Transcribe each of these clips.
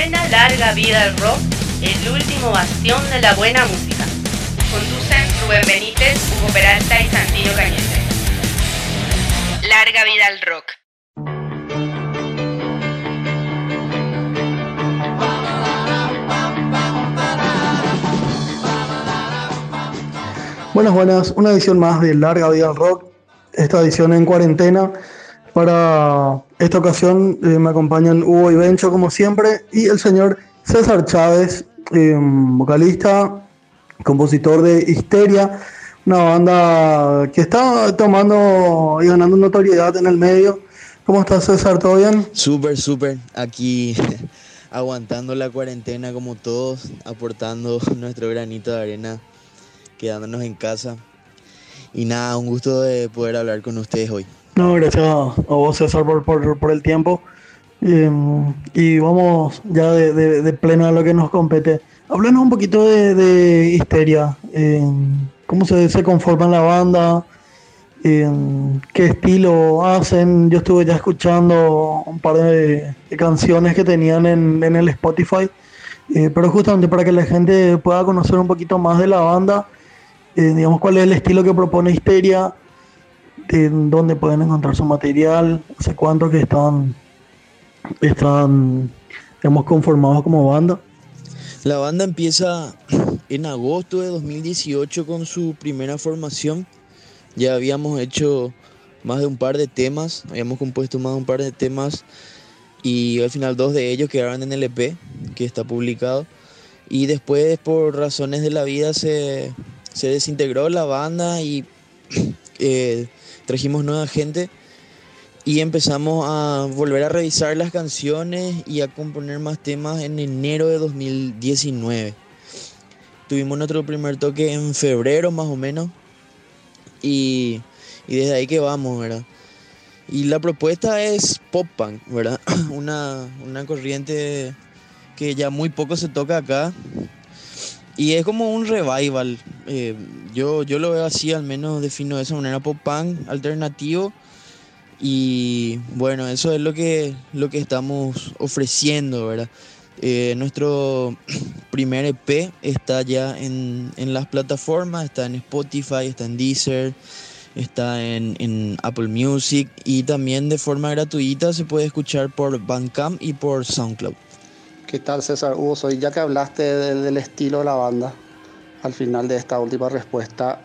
Suena Larga Vida al Rock, el último bastión de la buena música. Conducen Rubén Benítez, Hugo Peralta y Santino Cañete. Larga Vida al Rock. Buenas, una edición más de Larga Vida al Rock, esta edición en cuarentena. Para esta ocasión me acompañan Hugo y Bencho como siempre y el señor César Chávez, vocalista, compositor de Histeria, una banda que está tomando y ganando notoriedad en el medio. ¿Cómo estás, César? ¿Todo bien? Súper, aquí aguantando la cuarentena como todos, aportando nuestro granito de arena, quedándonos en casa. Y nada, un gusto de poder hablar con ustedes hoy. No, gracias a vos, César, por el tiempo. Y vamos ya de pleno a lo que nos compete. Háblanos un poquito de Histeria. ¿Cómo se conforma la banda? ¿Qué estilo hacen? Yo estuve ya escuchando un par de canciones que tenían en el Spotify. Pero justamente para que la gente pueda conocer un poquito más de la banda, digamos cuál es el estilo que propone Histeria, en dónde pueden encontrar su material, hace cuánto que están digamos, conformados como banda. La banda empieza en agosto de 2018 con su primera formación. Ya habíamos hecho más de un par de temas, habíamos compuesto más de un par de temas y al final 2 de ellos quedaron en el EP que está publicado. Y después, por razones de la vida, se desintegró la banda y trajimos nueva gente y empezamos a volver a revisar las canciones y a componer más temas en enero de 2019. Tuvimos nuestro primer toque en febrero más o menos y desde ahí que vamos, ¿verdad? Y la propuesta es pop punk, ¿verdad? Una corriente que ya muy poco se toca acá y es como un revival. Yo lo veo así, al menos defino de esa manera: pop punk alternativo. Y bueno, eso es lo que estamos ofreciendo, ¿verdad? Nuestro primer EP está ya en las plataformas, está en Spotify, está en Deezer, está en Apple Music y también de forma gratuita se puede escuchar por Bandcamp y por SoundCloud. ¿Qué tal, César? Hugo, ya que hablaste del estilo de la banda, al final de esta última respuesta,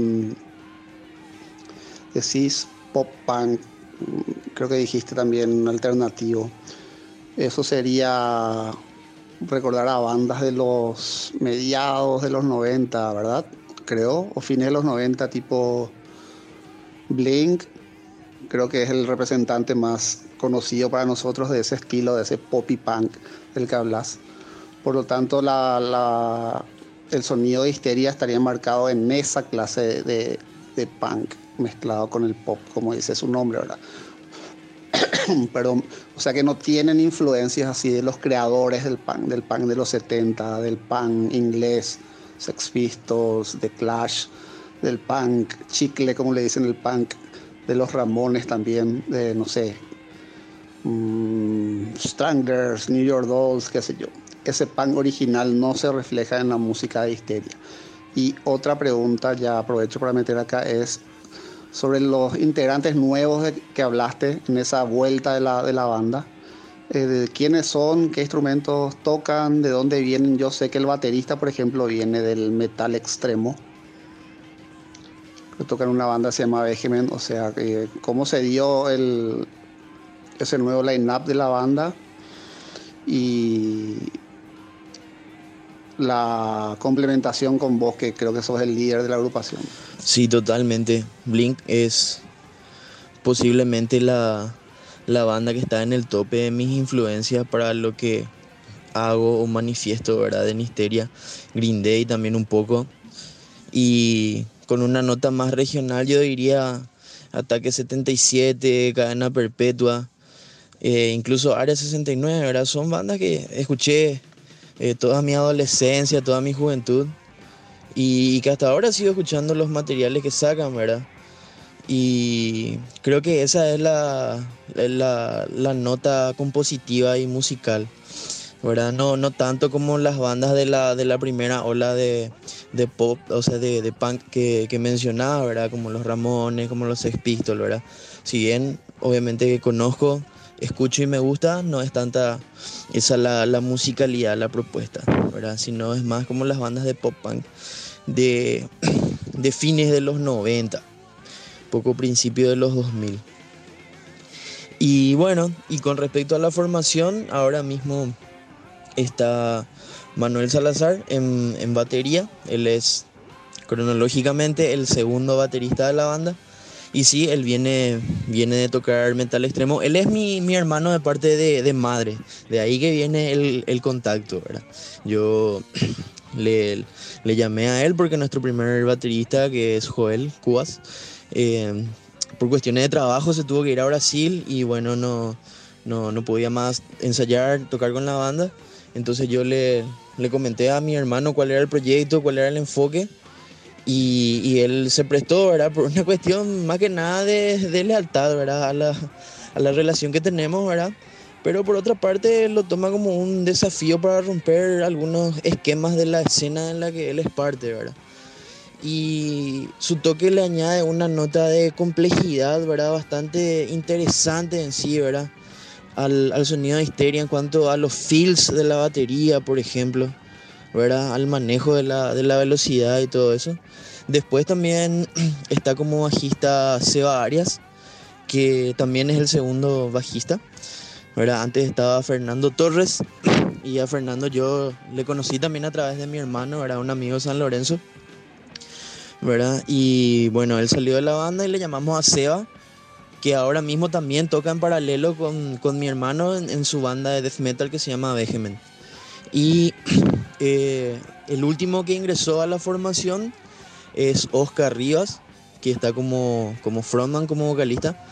decís pop punk, creo que dijiste también alternativo. Eso sería recordar a bandas de los mediados de los 90, ¿verdad? Creo, o fines de los 90, tipo Blink. Creo que es el representante más conocido para nosotros de ese estilo, de ese poppy punk del que hablas. Por lo tanto, el sonido de Histeria estaría marcado en esa clase de punk mezclado con el pop, como dice su nombre, ¿verdad? Pero, o sea que no tienen influencias así de los creadores del punk de los 70, del punk inglés, Sex Pistols, The Clash, del punk chicle, como le dicen, el punk de los Ramones también, de, no sé, Stranglers, New York Dolls, qué sé yo. Ese punk original no se refleja en la música de Histeria. Y otra pregunta, ya aprovecho para meter acá, es sobre los integrantes nuevos que hablaste en esa vuelta de la banda. De quiénes son, qué instrumentos tocan, de dónde vienen. Yo sé que el baterista, por ejemplo, viene del metal extremo, que toca en una banda que se llama Vehement. O sea, cómo se dio ese nuevo line-up de la banda y la complementación con vos, que creo que sos el líder de la agrupación. Sí, totalmente. Blink es posiblemente la banda que está en el tope de mis influencias para lo que hago o manifiesto, ¿verdad? En Histeria. Green Day también un poco. Y con una nota más regional yo diría Ataque 77, Cadena Perpetua, incluso Área 69, ¿verdad? Son bandas que escuché toda mi adolescencia, toda mi juventud y que hasta ahora sigo escuchando los materiales que sacan, ¿verdad? Y creo que esa es la nota compositiva y musical. ¿verdad? No, no tanto como las bandas de la primera ola de pop, o sea, de punk que mencionaba, ¿verdad? Como los Ramones, como los Sex Pistols, ¿verdad? Si bien, obviamente que conozco, escucho y me gusta, no es tanta esa la musicalidad, la propuesta, ¿verdad? Sino es más como las bandas de pop punk de, de fines de los 90, poco principio de los 2000. Y bueno, y con respecto a la formación, ahora mismo está Manuel Salazar en batería. Él es cronológicamente el segundo baterista de la banda. Y sí, él viene de tocar metal extremo. Él es mi hermano de parte de madre. De ahí que viene el contacto, ¿verdad? Yo le llamé a él porque nuestro primer baterista, que es Joel Cubas, eh, por cuestiones de trabajo se tuvo que ir a Brasil y bueno, no podía más ensayar, tocar con la banda. Entonces yo le comenté a mi hermano cuál era el proyecto, cuál era el enfoque y él se prestó, ¿verdad? Por una cuestión más que nada de lealtad, ¿verdad? A la relación que tenemos, ¿verdad? Pero por otra parte lo toma como un desafío para romper algunos esquemas de la escena en la que él es parte, ¿verdad? Y su toque le añade una nota de complejidad, ¿verdad? Bastante interesante en sí, ¿verdad? Al sonido de Histeria en cuanto a los feels de la batería, por ejemplo, ¿verdad? Al manejo de la velocidad y todo eso. Después también está como bajista Seba Arias, que también es el segundo bajista, ¿verdad? Antes estaba Fernando Torres y a Fernando yo le conocí también a través de mi hermano, ¿verdad? Un amigo de San Lorenzo, ¿verdad? Y bueno, él salió de la banda y le llamamos a Seba, que ahora mismo también toca en paralelo con mi hermano en su banda de death metal que se llama Vehement. Y el último que ingresó a la formación es Oscar Rivas, que está como frontman, como vocalista.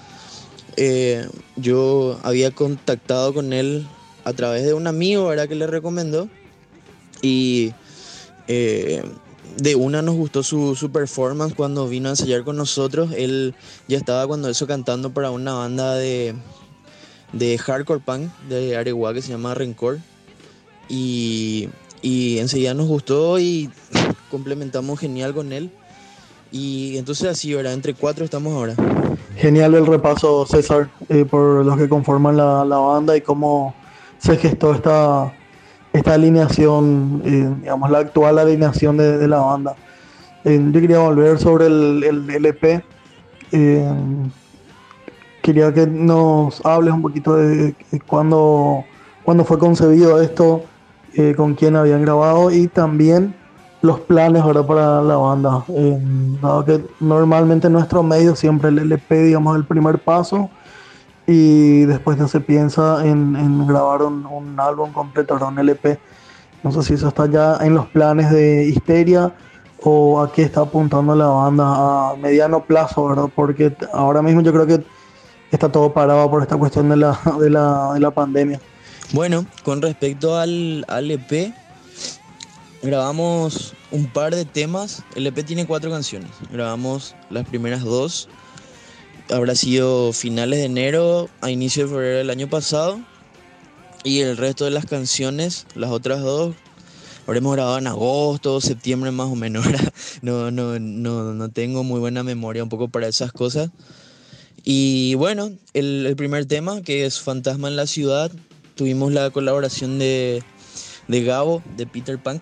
Yo había contactado con él a través de un amigo, ¿verdad? Que le recomendó. Y eh, de una nos gustó su performance cuando vino a ensayar con nosotros. Él ya estaba cuando eso cantando para una banda de hardcore punk de Areguá que se llama Rencor. Y, y enseguida nos gustó y complementamos genial con él. Y entonces así, ¿verdad? Entre cuatro estamos ahora. Genial el repaso, César, por los que conforman la banda y cómo se gestó esta alineación, digamos, la actual alineación de la banda. Yo quería volver sobre el LP. eh, Quería que nos hables un poquito de cuándo fue concebido esto, con quién habían grabado y también los planes, ¿verdad? Para la banda. Dado que normalmente en nuestro medio siempre el LP, digamos, el primer paso y después no se piensa en grabar un álbum completo, ¿verdad? Un LP. No sé si eso está ya en los planes de Histeria o a qué está apuntando la banda a mediano plazo, ¿verdad? Porque ahora mismo yo creo que está todo parado por esta cuestión de la pandemia. Bueno, con respecto al EP, grabamos un par de temas. El EP tiene 4 canciones. Grabamos las primeras 2. Habrá sido finales de enero a inicio de febrero del año pasado. Y el resto de las canciones, las otras 2, habremos grabado en agosto, septiembre más o menos, ¿verdad? No tengo muy buena memoria un poco para esas cosas. Y bueno, el primer tema, que es Fantasma en la Ciudad, tuvimos la colaboración de Gabo, de Peter Punk,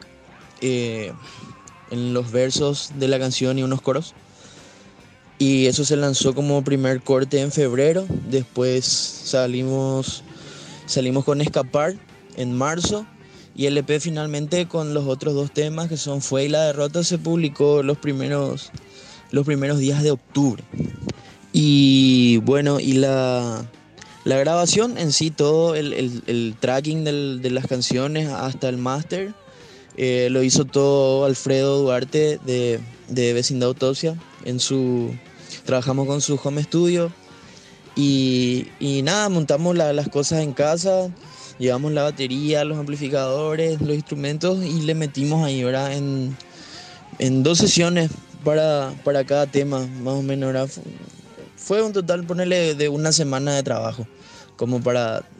en los versos de la canción y unos coros. Y eso se lanzó como primer corte en febrero. Después salimos con Escapar en marzo. Y el EP finalmente con los otros 2 temas, que son Fue y La Derrota, se publicó los primeros días de octubre. Y bueno, y la grabación en sí, todo el tracking de las canciones hasta el máster, lo hizo todo Alfredo Duarte de Vecindad Autopsia. Trabajamos con su home studio y nada, montamos las cosas en casa, llevamos la batería, los amplificadores, los instrumentos y le metimos ahí, ¿verdad? En 2 sesiones para cada tema, más o menos, ¿verdad? Fue un total, ponerle, de una semana de trabajo, como para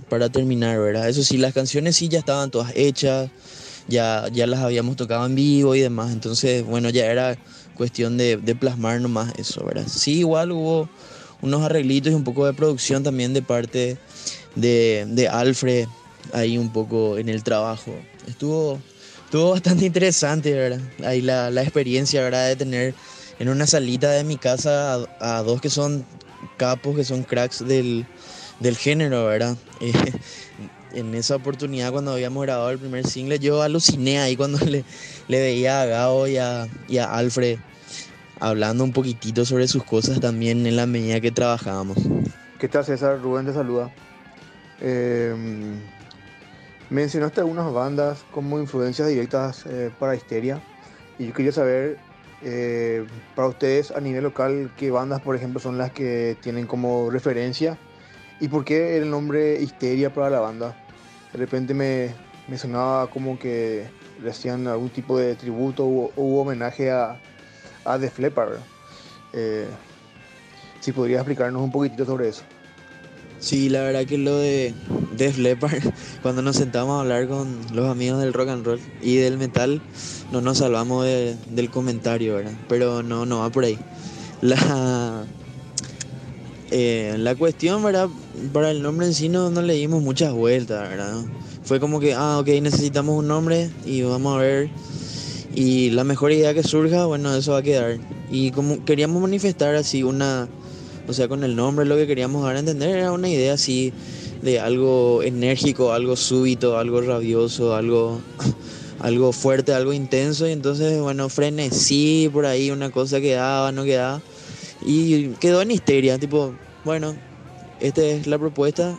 para terminar, ¿verdad? Eso sí, las canciones sí ya estaban todas hechas, ya las habíamos tocado en vivo y demás, entonces, bueno, ya era cuestión de plasmar nomás eso, ¿verdad? Sí, igual hubo unos arreglitos y un poco de producción también de parte de Alfred, ahí un poco en el trabajo. Estuvo bastante interesante, ¿verdad? Ahí la experiencia, ¿verdad? De tener en una salita de mi casa a dos que son capos, que son cracks del género, ¿verdad? En esa oportunidad cuando habíamos grabado el primer single, yo aluciné ahí cuando le veía a Gabo y a Alfred hablando un poquitito sobre sus cosas también en la medida que trabajábamos. ¿Qué tal, César? Rubén te saluda. Eh, Mencionaste algunas bandas como influencias directas para Histeria y yo quería saber, para ustedes a nivel local, qué bandas, por ejemplo, son las que tienen como referencia y por qué el nombre Histeria para la banda. De repente me sonaba como que le hacían algún tipo de tributo u homenaje a Def Leppard. Eh, si podrías explicarnos un poquitito sobre eso. Sí, la verdad que lo de Def Leppard, cuando nos sentamos a hablar con los amigos del rock and roll y del metal, no nos salvamos del comentario, ¿verdad? Pero no va por ahí. La, la cuestión, ¿verdad? Para el nombre en sí no le dimos muchas vueltas, ¿verdad? Fue como que, ok, necesitamos un nombre y vamos a ver. Y la mejor idea que surja, bueno, eso va a quedar. Y como queríamos manifestar así o sea, con el nombre lo que queríamos dar a entender era una idea así de algo enérgico, algo súbito, algo rabioso, algo fuerte, algo intenso. Y entonces, bueno, frenesí por ahí, una cosa quedaba, no quedaba. Y quedó en histeria, tipo, bueno, esta es la propuesta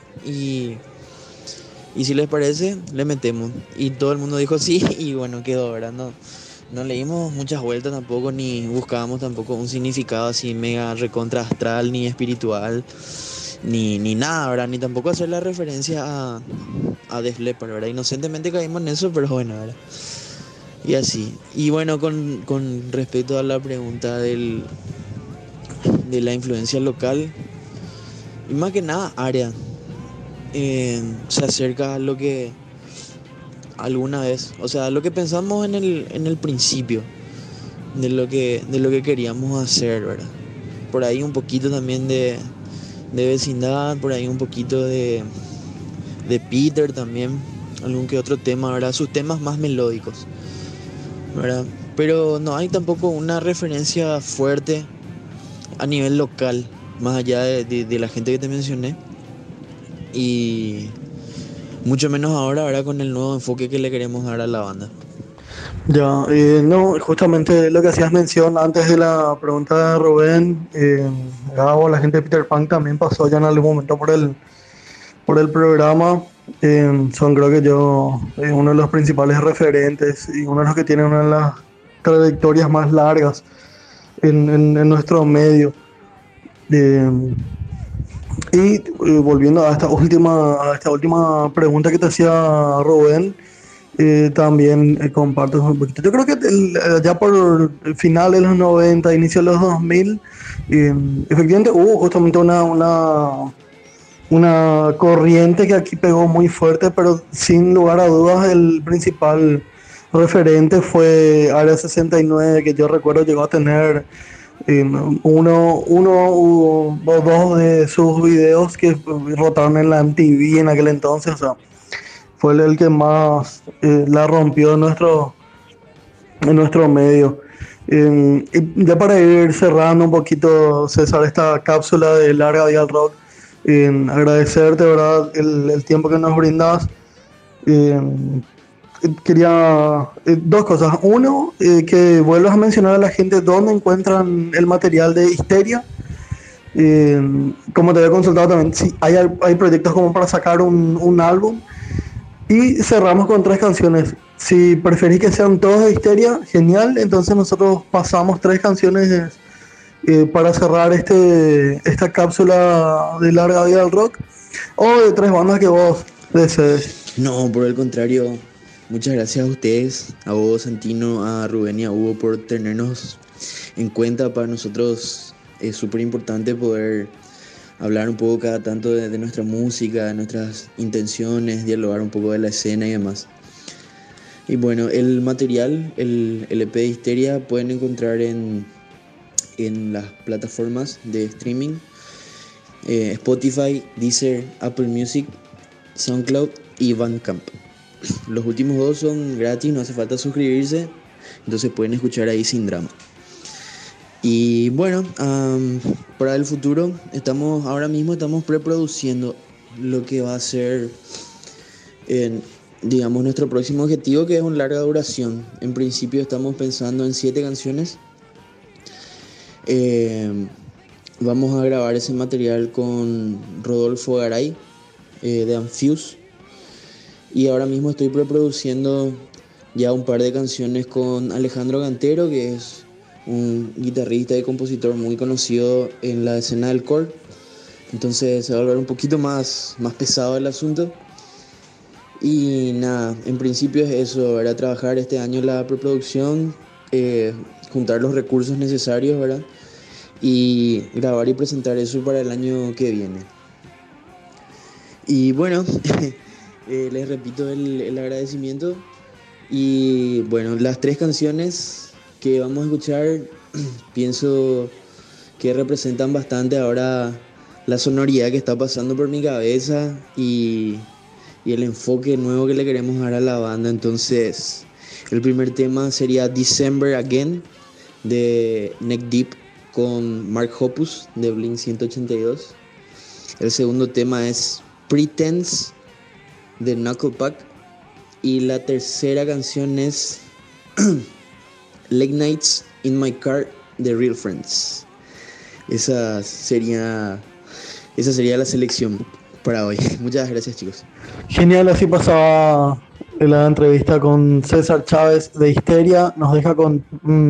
y si les parece, le metemos. Y todo el mundo dijo sí y bueno, quedó, ¿verdad? No le dimos muchas vueltas tampoco, ni buscábamos tampoco un significado así mega recontra astral, ni espiritual, ni nada, ¿verdad? Ni tampoco hacer la referencia a Def Leppard, ¿verdad? Inocentemente caímos en eso, pero bueno, ¿verdad? Y así. Y bueno, con respecto a la pregunta de la influencia local, y más que nada, área, se acerca a lo que alguna vez, o sea, lo que pensamos en el principio de lo que queríamos hacer, ¿verdad? Por ahí un poquito también de vecindad, por ahí un poquito de Peter también, algún que otro tema, ¿verdad? Sus temas más melódicos, ¿verdad? Pero no hay tampoco una referencia fuerte a nivel local, más allá de la gente que te mencioné, y mucho menos ahora, ¿verdad? Con el nuevo enfoque que le queremos dar a la banda. Ya, no, justamente lo que hacías mención antes de la pregunta de Rubén, Gabo, la gente de Peter Pan también pasó ya en algún momento por el programa. Son, creo que yo, uno de los principales referentes y uno de los que tiene una de las trayectorias más largas en nuestro medio. Eh, Volviendo a esta última pregunta que te hacía Rubén, también comparto un poquito. Yo creo que ya por el final de los 90, inicio de los 2000, efectivamente hubo justamente una corriente que aquí pegó muy fuerte, pero sin lugar a dudas el principal referente fue Área 69, que yo recuerdo llegó a tener uno o dos de sus videos que rotaron en la MTV en aquel entonces. O sea, fue el que más la rompió en nuestro medio. Y ya para ir cerrando un poquito, César, esta cápsula de Larga Vida al Rock, agradecerte, ¿verdad?, el tiempo que nos brindas. Eh, Quería dos cosas. Uno, que vuelvas a mencionar a la gente dónde encuentran el material de Histeria. Como te había consultado también, si hay proyectos como para sacar un álbum. Y cerramos con 3 canciones. Si preferís que sean todas de Histeria, genial. Entonces nosotros pasamos 3 canciones para cerrar esta cápsula de Larga Vida al Rock. O de 3 bandas que vos desees. No, por el contrario, muchas gracias a ustedes, a vos, Santino, a Rubén y a Hugo por tenernos en cuenta. Para nosotros es súper importante poder hablar un poco cada tanto de nuestra música, de nuestras intenciones, dialogar un poco de la escena y demás. Y bueno, el material, el EP de Histeria, pueden encontrar en las plataformas de streaming, Spotify, Deezer, Apple Music, SoundCloud y Bandcamp. Los últimos dos son gratis, no hace falta suscribirse, entonces pueden escuchar ahí sin drama. Y bueno, para el futuro ahora mismo estamos preproduciendo lo que va a ser, digamos, nuestro próximo objetivo, que es una larga duración. En principio estamos pensando en 7 canciones. Vamos a grabar ese material con Rodolfo Garay, de Anfuse. Y ahora mismo estoy preproduciendo ya un par de canciones con Alejandro Gantero, que es un guitarrista y compositor muy conocido en la escena del core. Entonces se va a volver un poquito más pesado el asunto. Y nada, en principio es eso, era trabajar este año la preproducción, juntar los recursos necesarios, ¿verdad? Y grabar y presentar eso para el año que viene. Y bueno, les repito el agradecimiento. Y bueno, las 3 canciones que vamos a escuchar pienso que representan bastante ahora la sonoridad que está pasando por mi cabeza y el enfoque nuevo que le queremos dar a la banda. Entonces, el primer tema sería December Again de Neck Deep con Mark Hoppus de Blink 182. El segundo tema es Pretense de Knucklepuck. Y la tercera canción es Late Nights in My Car de Real Friends. Esa sería la selección para hoy. Muchas gracias, chicos. Genial, así pasaba la entrevista con César Chávez de Histeria. Nos deja con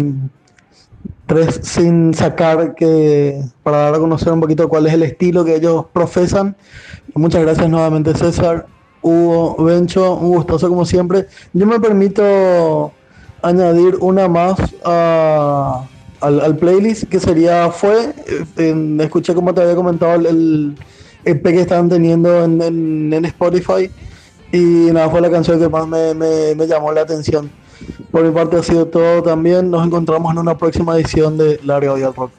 3 sin sacar, para dar a conocer un poquito cuál es el estilo que ellos profesan. Muchas gracias nuevamente, César. Hugo, Bencho, un gustazo como siempre. Yo me permito añadir una más al playlist, que sería escuché como te había comentado el EP que estaban teniendo en Spotify, y nada, fue la canción que más me llamó la atención. Por mi parte ha sido todo también. Nos encontramos en una próxima edición de Larga Vida al Rock.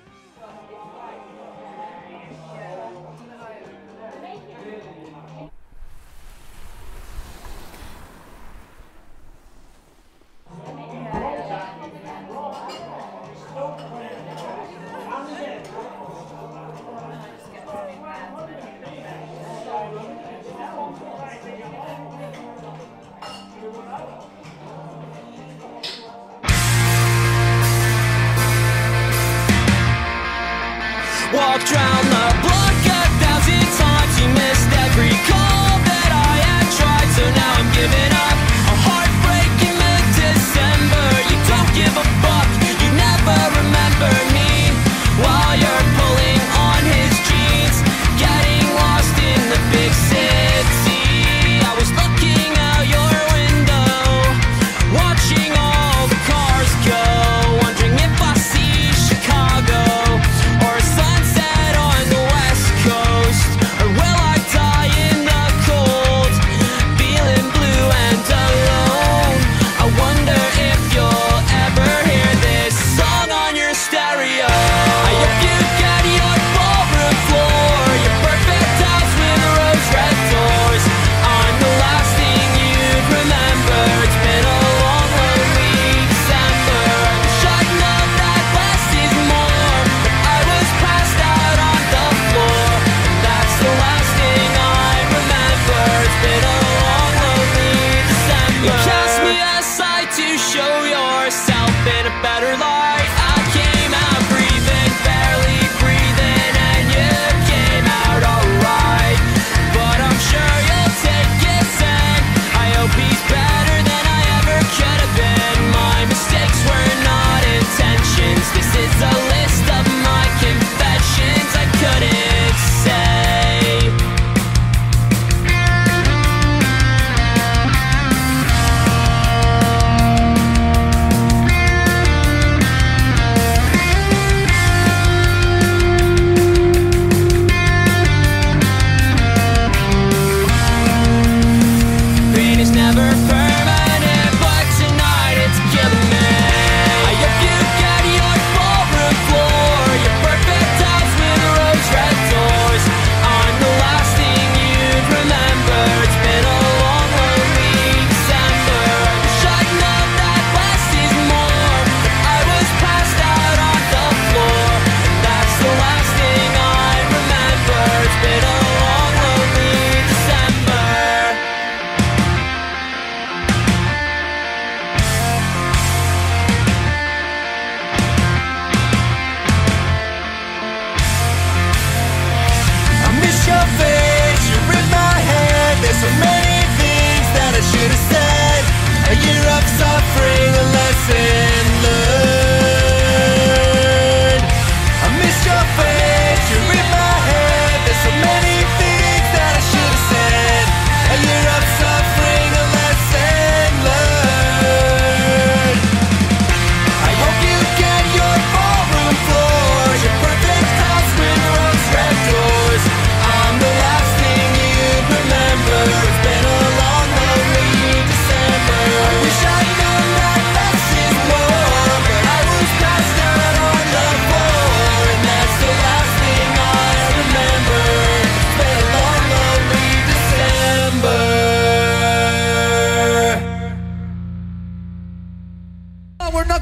Walked round the block 1,000 times. You missed every call that I had tried, so now I'm giving up. A heartbreak in mid-December. You don't give a fuck, you never remember me. While you're pulling on his jeans, getting lost in the big city. I was looking out your window, watching all the cars go, wondering if I see Chicago or a sunset on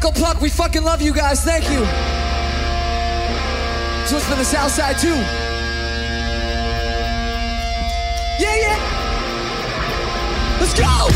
Uncle Puck, we fucking love you guys. Thank you. This one's for the South Side too. Yeah, yeah. Let's go.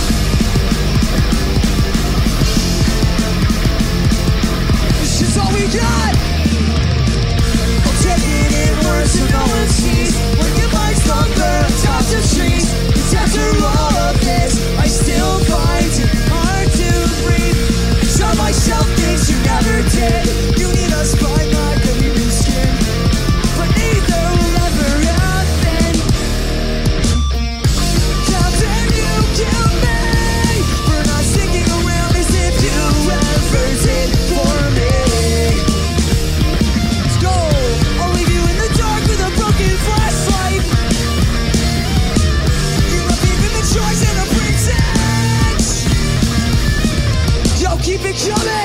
This is all we got. I'll take it in words so no one sees. When your mind's longer on tops of trees. 'Cause after all of this, I still find it hard to breathe. Tell myself things you never did. You need a spine like a human skin, but neither will ever happen. How dare you kill me for not sticking around as if you ever did for me? Let's go. I'll leave you in the dark with a broken flashlight. You left me with the choice and a pretense. Yo, keep it coming.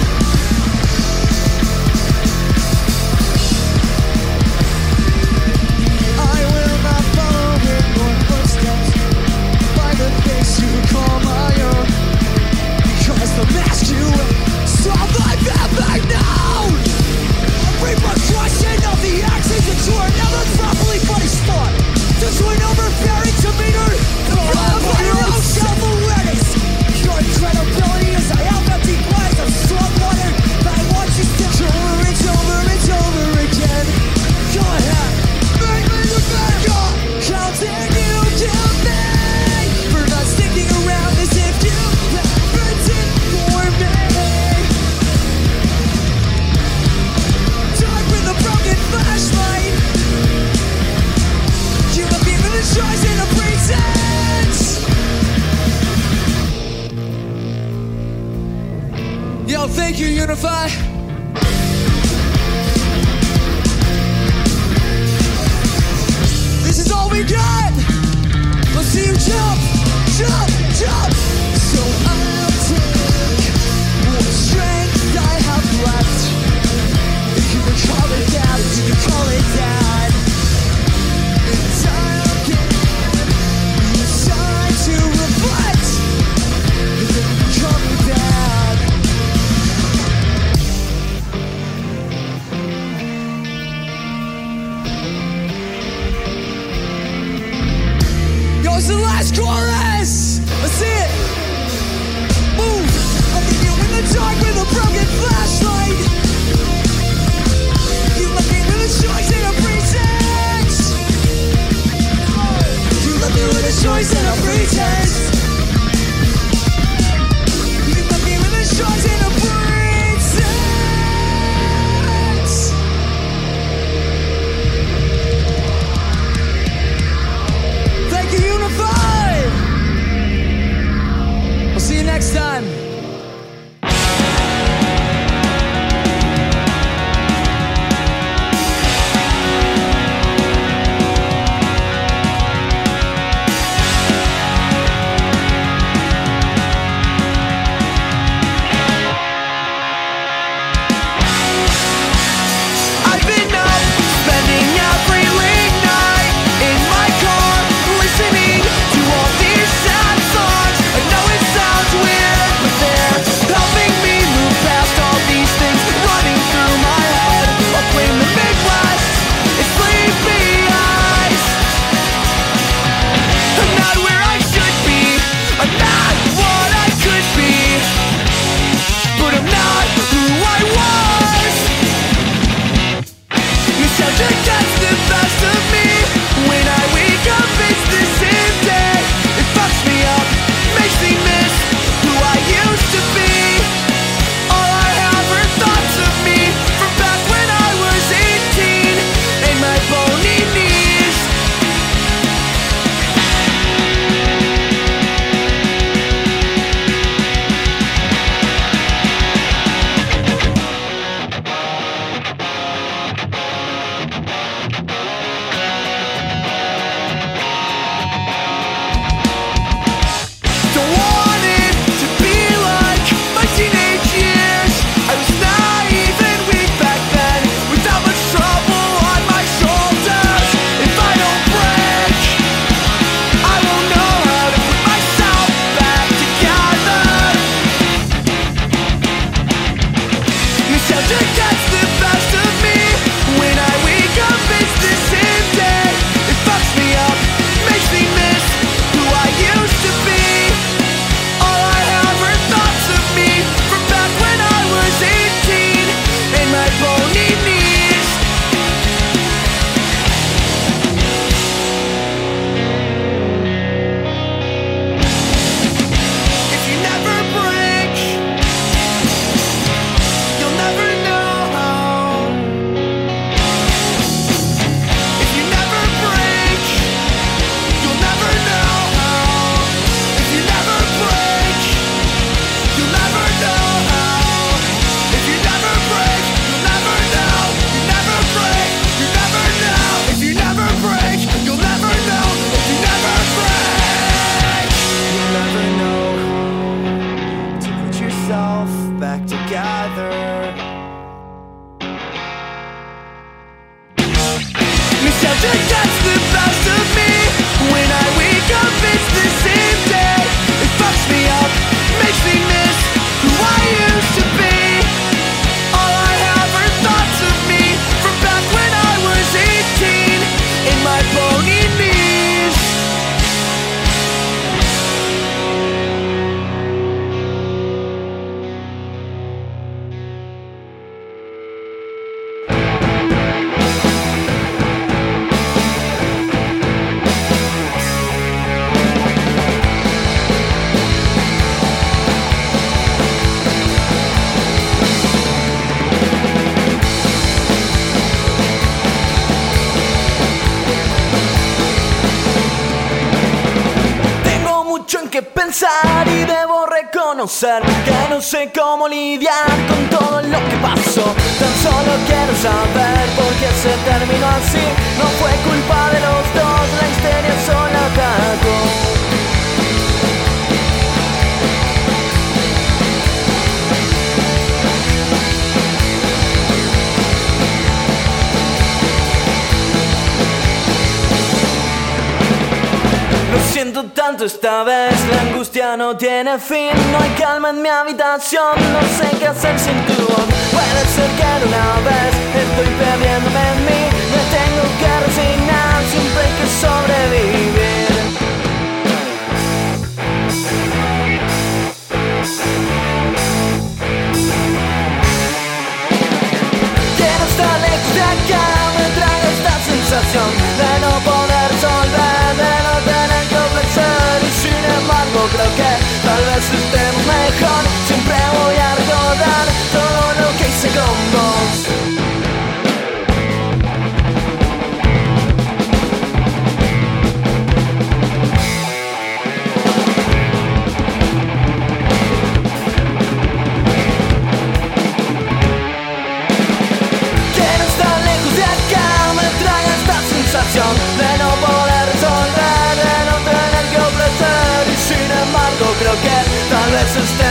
I will not follow in your footsteps. By the face you call my own. Because the mask you wear saw my back now. Repercussion of the actions that you are never properly funny spot. Just to an overbearing demeanor. The love of your own self-awareness. Your credibility is I have empty glass of strong water. But I want you to over and over and over again. Go ahead. Make me the better. How dare you kill me for not sticking around as if you ever did for me? Dark with a broken flashlight. You left me with a choice and a pretense. Yo, thank you, Unify. This is all we got. Let's see you jump, jump, jump. So I'll take what strength I have left. You can call it that, you can call it that. And I'll give you time to reflect. And then you can call me back. Yo, it's the last chorus. Let's see it. Move. I'll leave you in the dark with a broken flashlight. You left me with a choice and a pretense. You left me with a choice and a pretense. You left me with a choice and a pretense. Thank you, Unified. We'll see you next time. I've been up, spending every late night in my car, listening to all these sad songs. I know it sounds weird, but they're helping me move past all these things running through my head. I'll claim the Midwest, it's sleepy eyes. I'm not where I should be, I'm not what I could be, but I'm not who I was. Nostalgia gets the best of me. When I wake up, it's the same day. It fucks me up, makes me miss who I used to be. All I have are thoughts of me from back when I was 18 and my bony knees. Don't want que pensar y debo reconocer que no sé cómo lidiar con todo lo que pasó. Tan solo quiero saber por qué se terminó así. No fue culpa de los dos, la histeria sola atacó. Lo siento tanto esta vez, la angustia no tiene fin. No hay calma en mi habitación, no sé qué hacer sin tu voz. Puede ser que de una vez estoy perdiéndome en mí. Me tengo que resignar, siempre hay que sobrevivir. Quiero estar lejos de acá, me trae esta sensación de no poder resolver, de no tener que ofrecer. Y sin embargo creo que tal vez estemos mejor. Siempre voy a recordar todo lo que hice con vos. Quiero estar lejos de acá, me trae esta sensación de no poder resolver, de no tener que ofrecer. Y sin embargo creo que tal vez